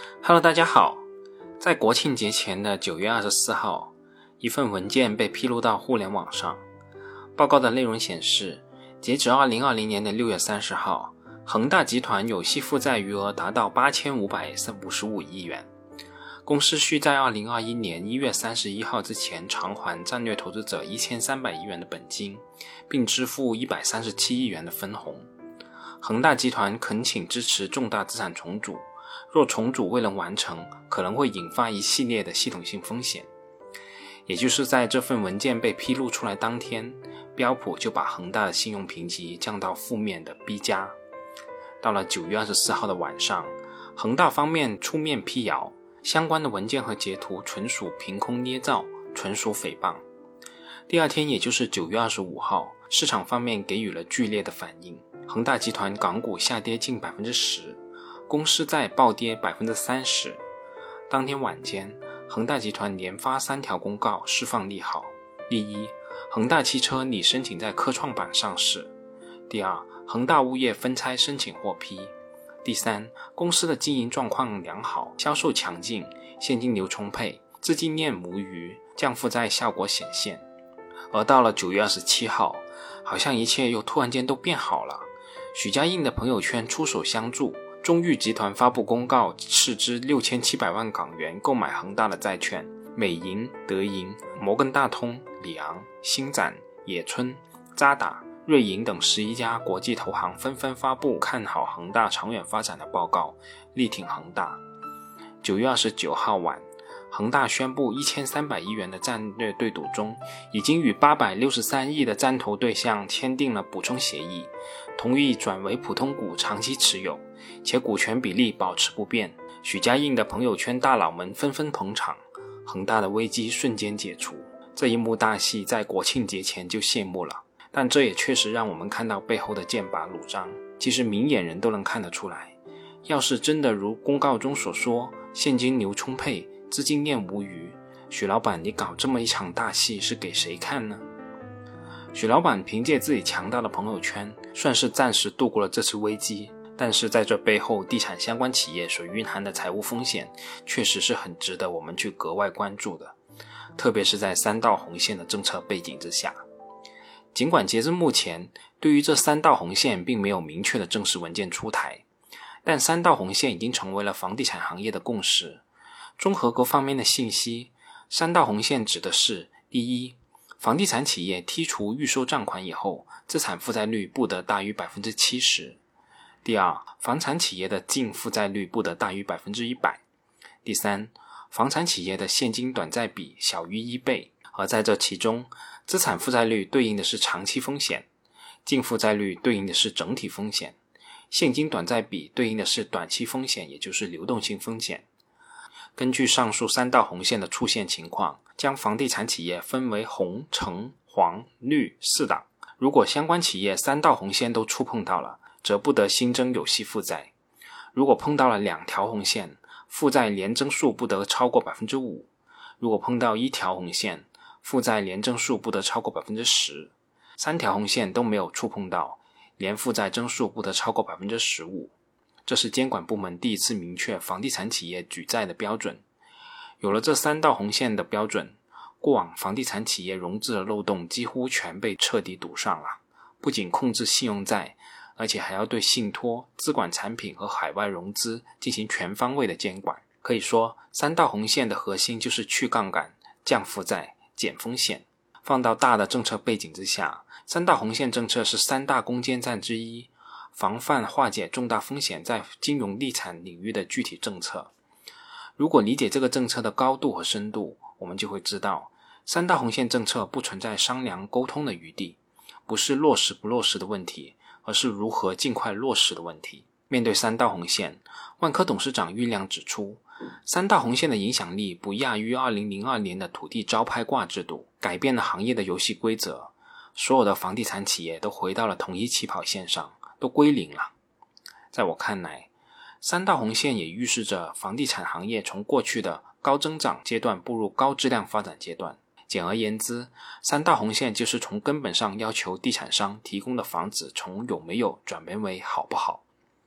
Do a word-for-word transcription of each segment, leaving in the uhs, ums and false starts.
Hello， 大家好。在国庆节前的九月二十四号，一份文件被披露到互联网上。报告的内容显示，截止二零二零年的六月三十号，恒大集团有息负债余额达到八千五百五十五亿元。公司需在二零二一年一月三十一号之前偿还战略投资者一千三百亿元的本金，并支付一百三十七亿元的分红。恒大集团恳请支持重大资产重组，若重组未能完成，可能会引发一系列的系统性风险。也就是在这份文件被披露出来当天，标普就把恒大的信用评级降到负面的 B 加。到了九月二十四号的晚上，恒大方面出面辟谣，相关的文件和截图纯属凭空捏造，纯属诽谤。第二天，也就是九月二十五号，市场方面给予了剧烈的反应，恒大集团港股下跌近 百分之十， 公司债暴跌 百分之三十。 当天晚间，恒大集团连发三条公告释放利好。第一，恒大汽车拟申请在科创板上市。第二，恒大物业分拆申请获批。第三，公司的经营状况良好，销售强劲，现金流充沛，资金链无虞，降负债效果显现。而到了九月二十七号，好像一切又突然间都变好了。许家印的朋友圈出手相助，中裕集团发布公告，斥资六千七百万港元购买恒大的债券。美银、德银、摩根大通、里昂、星展、野村、渣打、瑞银等十一家国际投行纷纷发布看好恒大长远发展的报告，力挺恒大。九月二十九号晚，恒大宣布一千三百亿元的战略对赌中，已经与八百六十三亿的战投对象签订了补充协议，同意转为普通股长期持有，且股权比例保持不变。许家印的朋友圈大佬们纷纷捧场，恒大的危机瞬间解除。这一幕大戏在国庆节前就谢幕了，但这也确实让我们看到背后的剑拔弩张。其实明眼人都能看得出来，要是真的如公告中所说，现金流充沛，资金链无虞，许老板你搞这么一场大戏是给谁看呢？许老板凭借自己强大的朋友圈，算是暂时度过了这次危机，但是在这背后，地产相关企业所蕴含的财务风险确实是很值得我们去格外关注的，特别是在三道红线的政策背景之下。尽管截至目前，对于这三道红线并没有明确的正式文件出台，但三道红线已经成为了房地产行业的共识。综合各方面的信息，三道红线指的是：第一，房地产企业剔除预收账款以后，资产负债率不得大于 百分之七十。第二，房产企业的净负债率不得大于 百分之百。第三，房产企业的现金短债比小于一倍。而在这其中，资产负债率对应的是长期风险，净负债率对应的是整体风险，现金短债比对应的是短期风险，也就是流动性风险。根据上述三道红线的出现情况，将房地产企业分为红、橙、黄、绿四档。如果相关企业三道红线都触碰到了，则不得新增有息负债。如果碰到了两条红线，负债年增数不得超过 百分之五。 如果碰到一条红线，负债年增数不得超过 百分之十。 三条红线都没有触碰到，年负债增速不得超过 百分之十五。 这是监管部门第一次明确房地产企业举债的标准。有了这三道红线的标准，过往房地产企业融资的漏洞几乎全被彻底堵上了。不仅控制信用债，而且还要对信托、资管产品和海外融资进行全方位的监管。可以说，三道红线的核心就是去杠杆、降负债、减风险。放到大的政策背景之下，三道红线政策是三大攻坚战之一，防范化解重大风险在金融地产领域的具体政策。如果理解这个政策的高度和深度，我们就会知道，三道红线政策不存在商量沟通的余地，不是落实不落实的问题，而是如何尽快落实的问题。面对三道红线，万科董事长郁亮指出，三道红线的影响力不亚于二零零二年的土地招拍挂制度，改变了行业的游戏规则，所有的房地产企业都回到了同一起跑线上，都归零了。在我看来，三道红线也预示着房地产行业从过去的高增长阶段步入高质量发展阶段。简而言之，三道红线就是从根本上要求地产商提供的房子从有没有转变为好不好。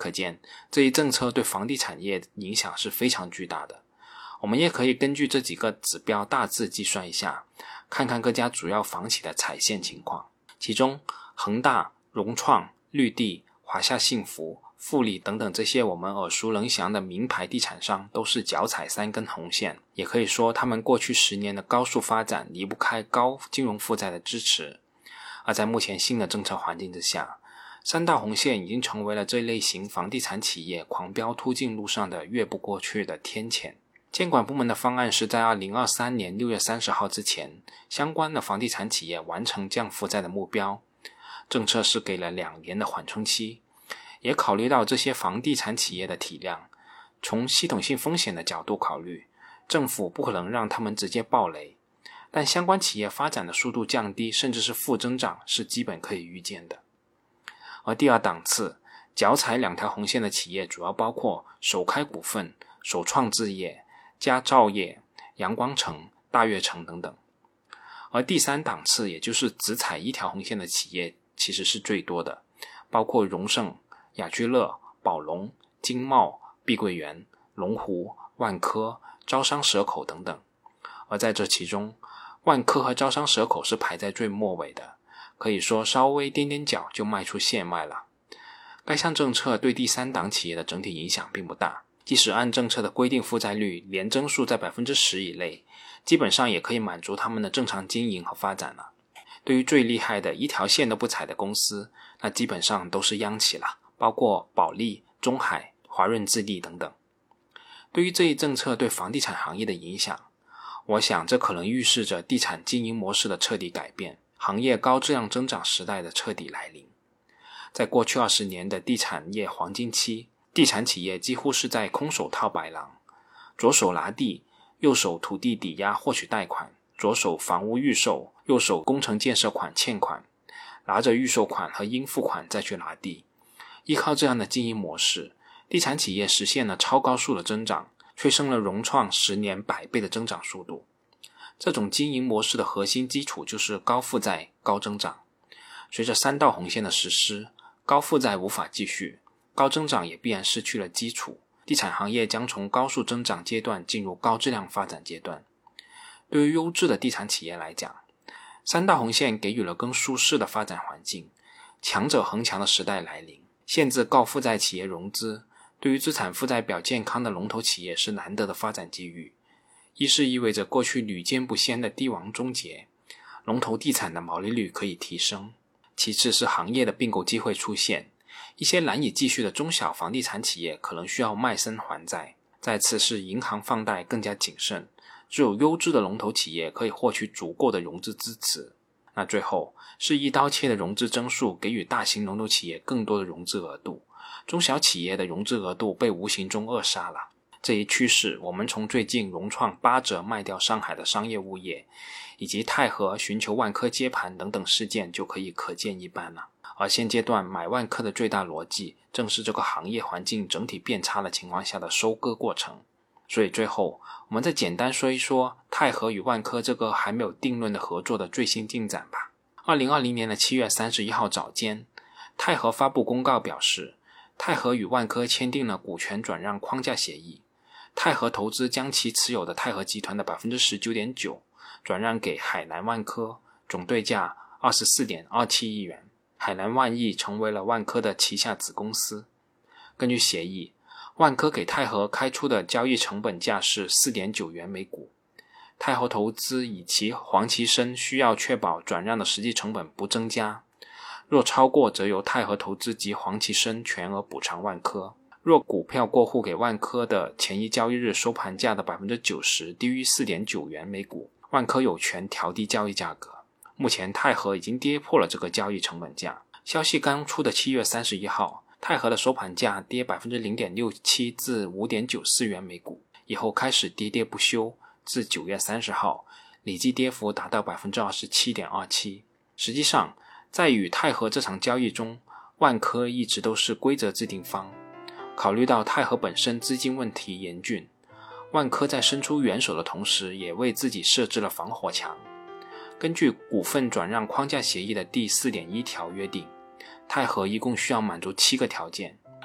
可见这一政策对房地产业影响是非常巨大的。我们也可以根据这几个指标大致计算一下，看看各家主要房企的踩线情况。其中恒大、融创、绿地、华夏幸福、富力等等这些我们耳熟能详的名牌地产商都是脚踩三根红线，也可以说他们过去十年的高速发展离不开高金融负债的支持。而在目前新的政策环境之下，三道红线已经成为了这类型房地产企业狂飙突进路上的越不过去的天堑。监管部门的方案是在二零二三年六月三十号之前，相关的房地产企业完成降负债的目标。政策是给了两年的缓冲期，也考虑到这些房地产企业的体量，从系统性风险的角度考虑，政府不可能让他们直接爆雷，但相关企业发展的速度降低甚至是负增长是基本可以预见的。而第二档次脚踩两条红线的企业主要包括首开股份、首创置业、佳兆业、阳光城、大悦城等等。而第三档次也就是只踩一条红线的企业其实是最多的，包括荣盛、雅居乐、宝龙、金茂、碧桂园、龙湖、万科、招商蛇口等等。而在这其中，万科和招商蛇口是排在最末尾的，可以说稍微踮踮脚就迈出线脉了。该项政策对第三档企业的整体影响并不大，即使按政策的规定负债率年增速在 百分之十 以内，基本上也可以满足他们的正常经营和发展了。对于最厉害的一条线都不踩的公司，那基本上都是央企了，包括保利、中海、华润置地等等。对于这一政策对房地产行业的影响，我想这可能预示着地产经营模式的彻底改变，行业高质量增长时代的彻底来临。在过去二十年的地产业黄金期，地产企业几乎是在空手套白狼，左手拿地，右手土地抵押获取贷款，左手房屋预售，右手工程建设款欠款，拿着预售款和应付款再去拿地。依靠这样的经营模式，地产企业实现了超高速的增长，催生了融创十年百倍的增长速度。这种经营模式的核心基础就是高负债、高增长。随着三道红线的实施，高负债无法继续，高增长也必然失去了基础，地产行业将从高速增长阶段进入高质量发展阶段。对于优质的地产企业来讲，三道红线给予了更舒适的发展环境，强者恒强的时代来临，限制高负债企业融资，对于资产负债表健康的龙头企业是难得的发展机遇。一是意味着过去屡见不鲜的帝王终结，龙头地产的毛利率可以提升；其次是行业的并购机会出现，一些难以继续的中小房地产企业可能需要卖身还债；再次是银行放贷更加谨慎，只有优质的龙头企业可以获取足够的融资支持。那最后是一刀切的融资增速给予大型龙头企业更多的融资额度，中小企业的融资额度被无形中扼杀了。这一趋势我们从最近融创八折卖掉上海的商业物业，以及泰禾寻求万科接盘等等事件就可以可见一斑了。而现阶段买万科的最大逻辑正是这个行业环境整体变差的情况下的收割过程。所以最后我们再简单说一说泰禾与万科这个还没有定论的合作的最新进展吧。二零二零年的七月三十一号早间，泰禾发布公告表示，泰禾与万科签订了股权转让框架协议，泰禾投资将其持有的泰禾集团的 百分之十九点九 转让给海南万科，总对价 二十四点二七亿元。海南万亿成为了万科的旗下子公司。根据协议，万科给泰禾开出的交易成本价是 四点九元每股，泰禾投资以其黄其生需要确保转让的实际成本不增加，若超过则由泰禾投资及黄其生全额补偿万科。若股票过户给万科的前一交易日收盘价的 百分之九十 低于 四点九元每股，万科有权调低交易价格。目前泰禾已经跌破了这个交易成本价。消息刚出的七月三十一号，泰禾的收盘价跌 百分之零点六七 至 五点九四元每股，以后开始跌跌不休，至九月三十号累计跌幅达到 百分之二十七点二七。 实际上在与泰禾这场交易中，万科一直都是规则制定方。考虑到泰禾本身资金问题严峻，万科在伸出援手的同时也为自己设置了防火墙。根据股份转让框架协议的第 四点一 条约定，泰禾一共需要满足七个条件。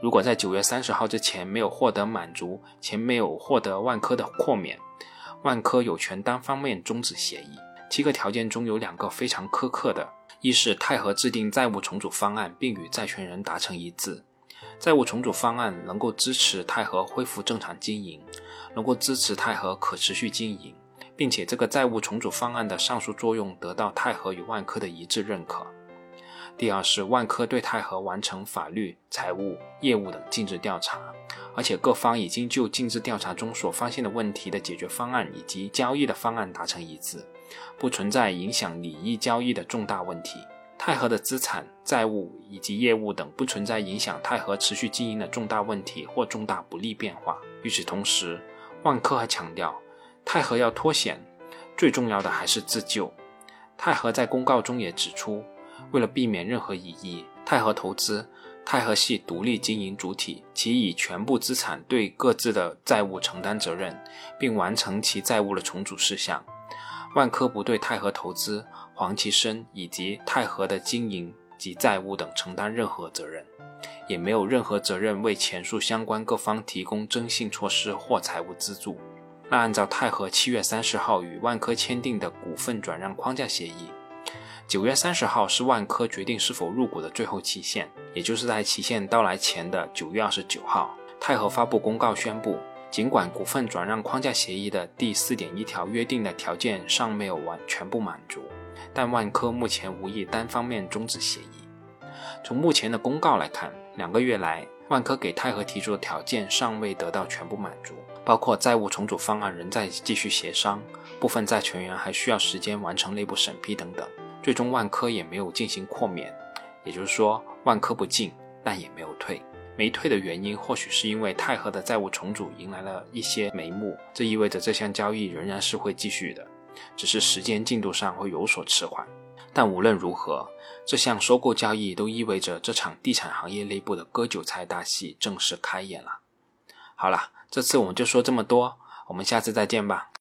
如果在九月三十号之前没有获得满足，且没有获得万科的豁免，万科有权单方面终止协议。七个条件中有两个非常苛刻的，一是泰禾制定债务重组方案并与债权人达成一致，债务重组方案能够支持泰禾恢复正常经营，能够支持泰禾可持续经营，并且这个债务重组方案的上述作用得到泰禾与万科的一致认可。第二是万科对泰禾完成法律、财务、业务等尽职调查，而且各方已经就尽职调查中所发现的问题的解决方案以及交易的方案达成一致，不存在影响理益交易的重大问题。泰禾的资产、债务以及业务等不存在影响泰禾持续经营的重大问题或重大不利变化。与此同时，万科还强调，泰禾要脱险，最重要的还是自救。泰禾在公告中也指出，为了避免任何疑义，泰禾投资，泰禾系独立经营主体，其以全部资产对各自的债务承担责任，并完成其债务的重组事项。万科不对泰禾投资、黄其生以及泰禾的经营及债务等承担任何责任，也没有任何责任为前述相关各方提供征信措施或财务资助。那按照泰禾七月三十号与万科签订的股份转让框架协议，九月三十号是万科决定是否入股的最后期限，也就是在期限到来前的九月二十九号，泰禾发布公告宣布，尽管股份转让框架协议的第 四点一 条约定的条件尚没有完全部满足，但万科目前无意单方面终止协议。从目前的公告来看，两个月来万科给泰禾提出的条件尚未得到全部满足，包括债务重组方案仍在继续协商，部分债权人还需要时间完成内部审批等等。最终万科也没有进行豁免，也就是说万科不进，但也没有退。没退的原因或许是因为泰禾的债务重组迎来了一些眉目，这意味着这项交易仍然是会继续的，只是时间进度上会有所迟缓。但无论如何，这项收购交易都意味着这场地产行业内部的割韭菜大戏正式开演了。好了，这次我们就说这么多，我们下次再见吧。